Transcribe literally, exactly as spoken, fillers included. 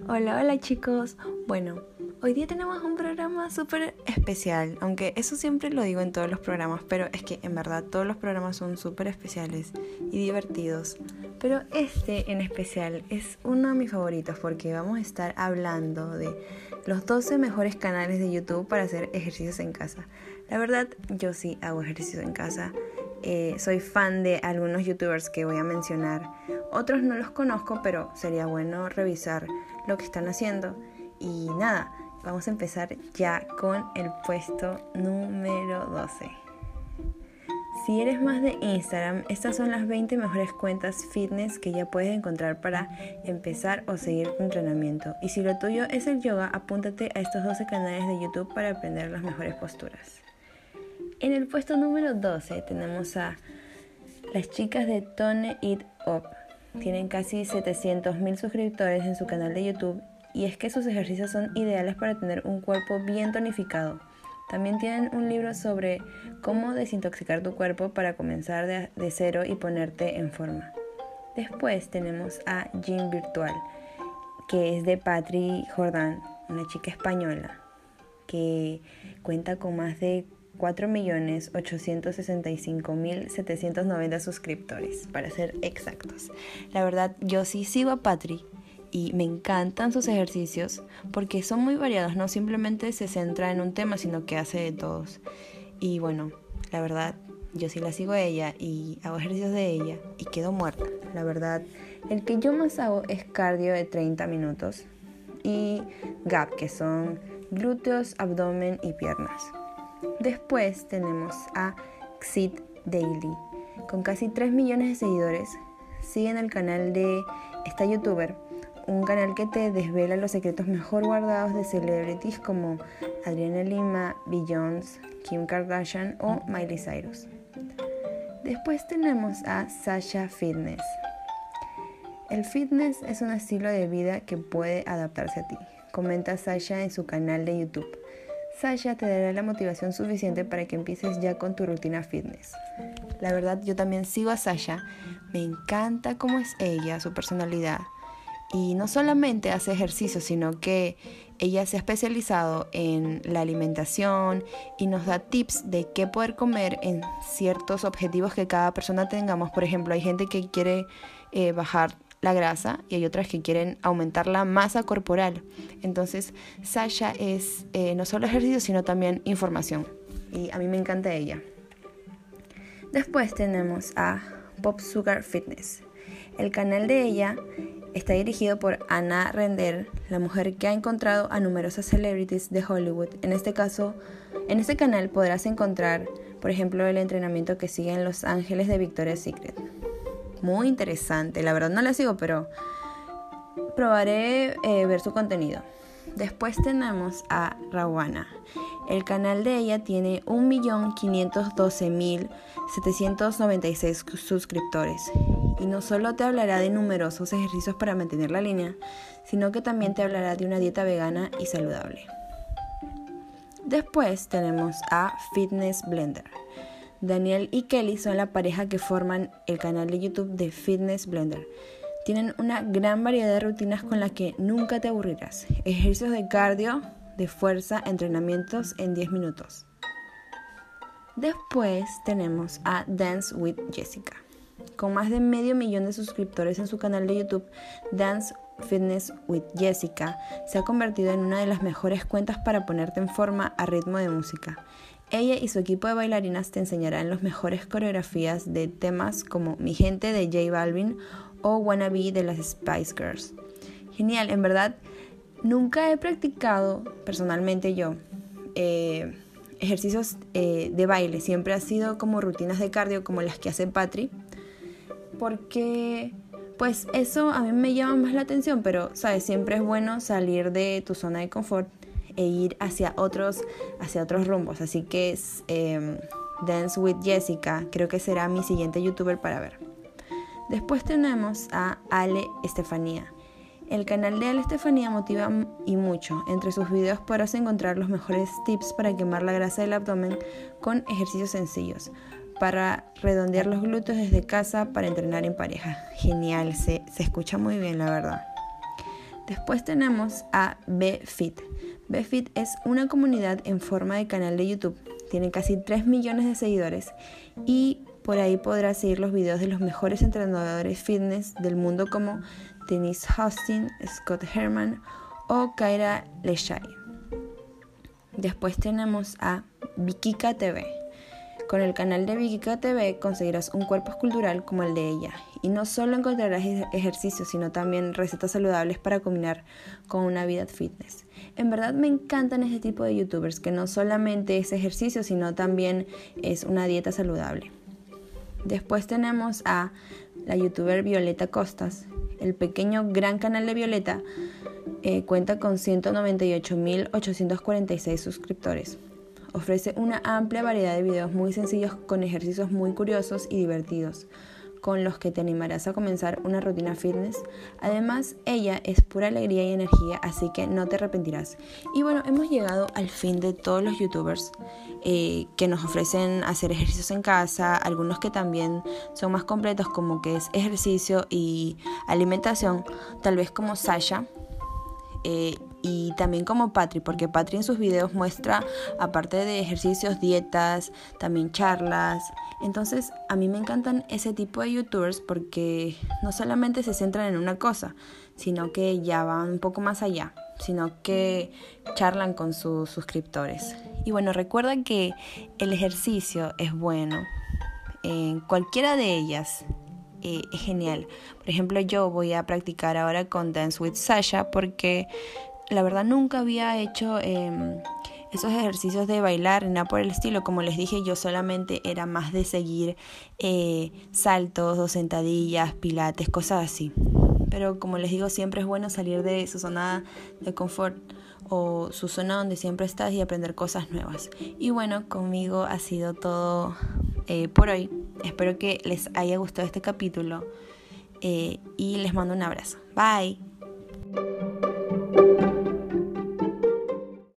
Hola, hola chicos. Bueno, hoy día tenemos un programa súper especial, aunque eso siempre lo digo en todos los programas, pero es que en verdad todos los programas son súper especiales y divertidos. Pero este en especial es uno de mis favoritos porque vamos a estar hablando de los doce mejores canales de YouTube para hacer ejercicios en casa. La verdad, yo sí hago ejercicios en casa. Eh, soy fan de algunos youtubers que voy a mencionar. Otros no los conozco, pero sería bueno revisar lo que están haciendo. Y nada, vamos a empezar ya con el puesto número doce. Si eres más de Instagram, estas son las veinte mejores cuentas fitness que ya puedes encontrar para empezar o seguir tu entrenamiento. Y si lo tuyo es el yoga, apúntate a estos doce canales de YouTube para aprender las mejores posturas. En el puesto número doce tenemos a las chicas de Tone It Up. Tienen casi setecientos mil suscriptores en su canal de YouTube y es que sus ejercicios son ideales para tener un cuerpo bien tonificado. También tienen un libro sobre cómo desintoxicar tu cuerpo para comenzar de, de cero y ponerte en forma. Después tenemos a Gym Virtual, que es de Patri Jordán, una chica española que cuenta con más de cuatro millones ochocientos sesenta y cinco mil setecientos noventa suscriptores, para ser exactos. La verdad, yo sí sigo a Patri y me encantan sus ejercicios porque son muy variados, no simplemente se centra en un tema, sino que hace de todos. Y bueno, la verdad, yo sí la sigo a ella y hago ejercicios de ella y quedo muerta. La verdad, el que yo más hago es cardio de treinta minutos y gap, que son glúteos, abdomen y piernas. Después tenemos a Xit Daily, con casi tres millones de seguidores. Siguen el canal de esta youtuber, un canal que te desvela los secretos mejor guardados de celebrities como Adriana Lima, Beyoncé, Kim Kardashian o Miley Cyrus. Después tenemos a Sasha Fitness. El fitness es un estilo de vida que puede adaptarse a ti, comenta Sasha en su canal de YouTube. Sasha te dará la motivación suficiente para que empieces ya con tu rutina fitness. La verdad, yo también sigo a Sasha. Me encanta cómo es ella, su personalidad. Y no solamente hace ejercicio, sino que ella se ha especializado en la alimentación y nos da tips de qué poder comer en ciertos objetivos que cada persona tengamos. Por ejemplo, hay gente que quiere eh, bajar la grasa y hay otras que quieren aumentar la masa corporal. Entonces, Sasha es eh, no solo ejercicio, sino también información. Y a mí me encanta ella. Después tenemos a Pop Sugar Fitness. El canal de ella está dirigido por Anna Render, la mujer que ha encontrado a numerosas celebrities de Hollywood. En este caso, en este canal podrás encontrar, por ejemplo, el entrenamiento que sigue en Los Ángeles de Victoria's Secret. Muy interesante, la verdad no la sigo, pero probaré eh, ver su contenido. Después tenemos a Rawana. El canal de ella tiene un millón quinientos doce mil setecientos noventa y seis suscriptores. Y no solo te hablará de numerosos ejercicios para mantener la línea, sino que también te hablará de una dieta vegana y saludable. Después tenemos a Fitness Blender. Daniel y Kelly son la pareja que forman el canal de YouTube de Fitness Blender. Tienen una gran variedad de rutinas con las que nunca te aburrirás. Ejercicios de cardio, de fuerza, entrenamientos en diez minutos. Después tenemos a Dance with Jessica. Con más de medio millón de suscriptores en su canal de YouTube, Dance Fitness with Jessica se ha convertido en una de las mejores cuentas para ponerte en forma a ritmo de música. Ella y su equipo de bailarinas te enseñarán las mejores coreografías de temas como Mi Gente de J Balvin o Wannabe de las Spice Girls. Genial, en verdad, nunca he practicado personalmente yo eh, ejercicios eh, de baile. Siempre ha sido como rutinas de cardio como las que hace Patri, porque pues eso a mí me llama más la atención, pero sabes, siempre es bueno salir de tu zona de confort e ir hacia otros, hacia otros rumbos. Así que eh, Dance with Jessica creo que será mi siguiente youtuber para ver. Después tenemos a Ale Estefanía. El canal de Ale Estefanía motiva y mucho. Entre sus videos podrás encontrar los mejores tips para quemar la grasa del abdomen con ejercicios sencillos, para redondear los glúteos desde casa, para entrenar en pareja. Genial, se, se escucha muy bien, la verdad. Después tenemos a BeFit. BeFit es una comunidad en forma de canal de YouTube. Tiene casi tres millones de seguidores y por ahí podrás seguir los videos de los mejores entrenadores fitness del mundo como Denise Austin, Scott Herman o Kyra Leshai. Después tenemos a Vikika T V. Con el canal de Vikika T V conseguirás un cuerpo escultural como el de ella. Y no solo encontrarás ejercicios, sino también recetas saludables para combinar con una vida fitness. En verdad me encantan este tipo de youtubers, que no solamente es ejercicio, sino también es una dieta saludable. Después tenemos a la youtuber Violeta Costas. El pequeño gran canal de Violeta eh, cuenta con ciento noventa y ocho mil ochocientos cuarenta y seis suscriptores. Ofrece una amplia variedad de videos muy sencillos con ejercicios muy curiosos y divertidos, con los que te animarás a comenzar una rutina fitness. Además, ella es pura alegría y energía, así que no te arrepentirás. Y bueno, hemos llegado al fin de todos los youtubers eh, que nos ofrecen hacer ejercicios en casa, algunos que también son más completos, como que es ejercicio y alimentación, tal vez como Sasha. Eh, y también como Patri, porque Patri en sus videos muestra, aparte de ejercicios, dietas, también charlas. Entonces a mí me encantan ese tipo de youtubers porque no solamente se centran en una cosa, sino que ya van un poco más allá, sino que charlan con sus suscriptores. Y bueno, recuerda que el ejercicio es bueno en cualquiera de ellas. Eh, es genial. Por ejemplo, yo voy a practicar ahora con Dance with Sasha porque la verdad nunca había hecho eh, esos ejercicios de bailar, nada por el estilo. Como les dije, yo solamente era más de seguir eh, saltos o sentadillas, pilates, cosas así. Pero como les digo, siempre es bueno salir de su zona de confort o su zona donde siempre estás y aprender cosas nuevas. Y bueno, conmigo ha sido todo eh, por hoy. Espero que les haya gustado este capítulo eh, y les mando un abrazo. Bye.